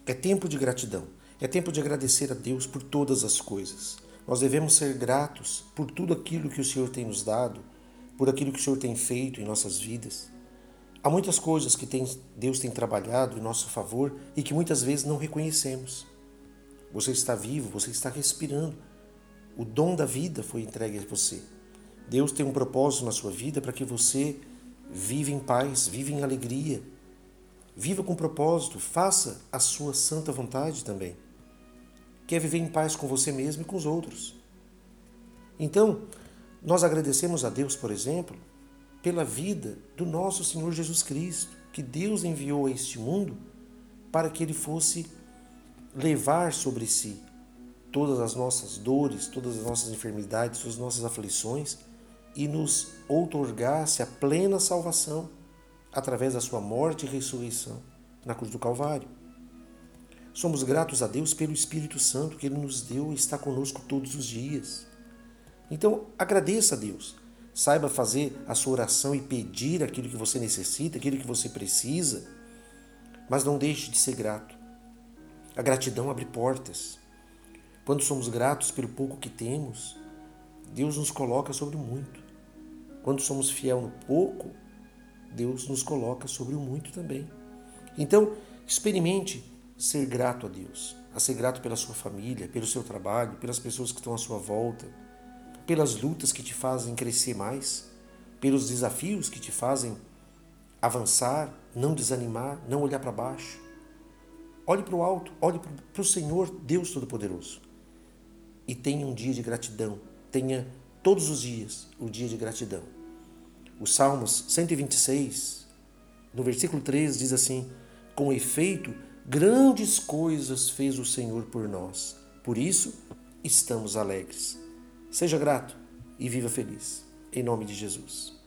É tempo de gratidão. É tempo de agradecer a Deus por todas as coisas. Nós devemos ser gratos por tudo aquilo que o Senhor tem nos dado, por aquilo que o Senhor tem feito em nossas vidas. Há muitas coisas que Deus tem trabalhado em nosso favor e que muitas vezes não reconhecemos. Você está vivo, você está respirando. O dom da vida foi entregue a você. Deus tem um propósito na sua vida para que você viva em paz, viva em alegria. Viva com propósito, faça a sua santa vontade também. Quer viver em paz com você mesmo e com os outros. Então, nós agradecemos a Deus, por exemplo, pela vida do nosso Senhor Jesus Cristo, que Deus enviou a este mundo para que Ele fosse levar sobre si todas as nossas dores, todas as nossas enfermidades, todas as nossas aflições e nos outorgasse a plena salvação através da sua morte e ressurreição na cruz do Calvário. Somos gratos a Deus pelo Espírito Santo que Ele nos deu e está conosco todos os dias. Então, agradeça a Deus. Saiba fazer a sua oração e pedir aquilo que você necessita, aquilo que você precisa, mas não deixe de ser grato. A gratidão abre portas. Quando somos gratos pelo pouco que temos, Deus nos coloca sobre o muito. Quando somos fiel no pouco, Deus nos coloca sobre o muito também. Então, experimente ser grato a Deus, a ser grato pela sua família, pelo seu trabalho, pelas pessoas que estão à sua volta, pelas lutas que te fazem crescer mais, pelos desafios que te fazem avançar, não desanimar, não olhar para baixo. Olhe para o alto, olhe para o Senhor, Deus Todo-Poderoso. E tenha um dia de gratidão. Tenha todos os dias o dia de gratidão. O Salmos 126, no versículo 3, diz assim: com efeito, grandes coisas fez o Senhor por nós. Por isso, estamos alegres. Seja grato e viva feliz. Em nome de Jesus.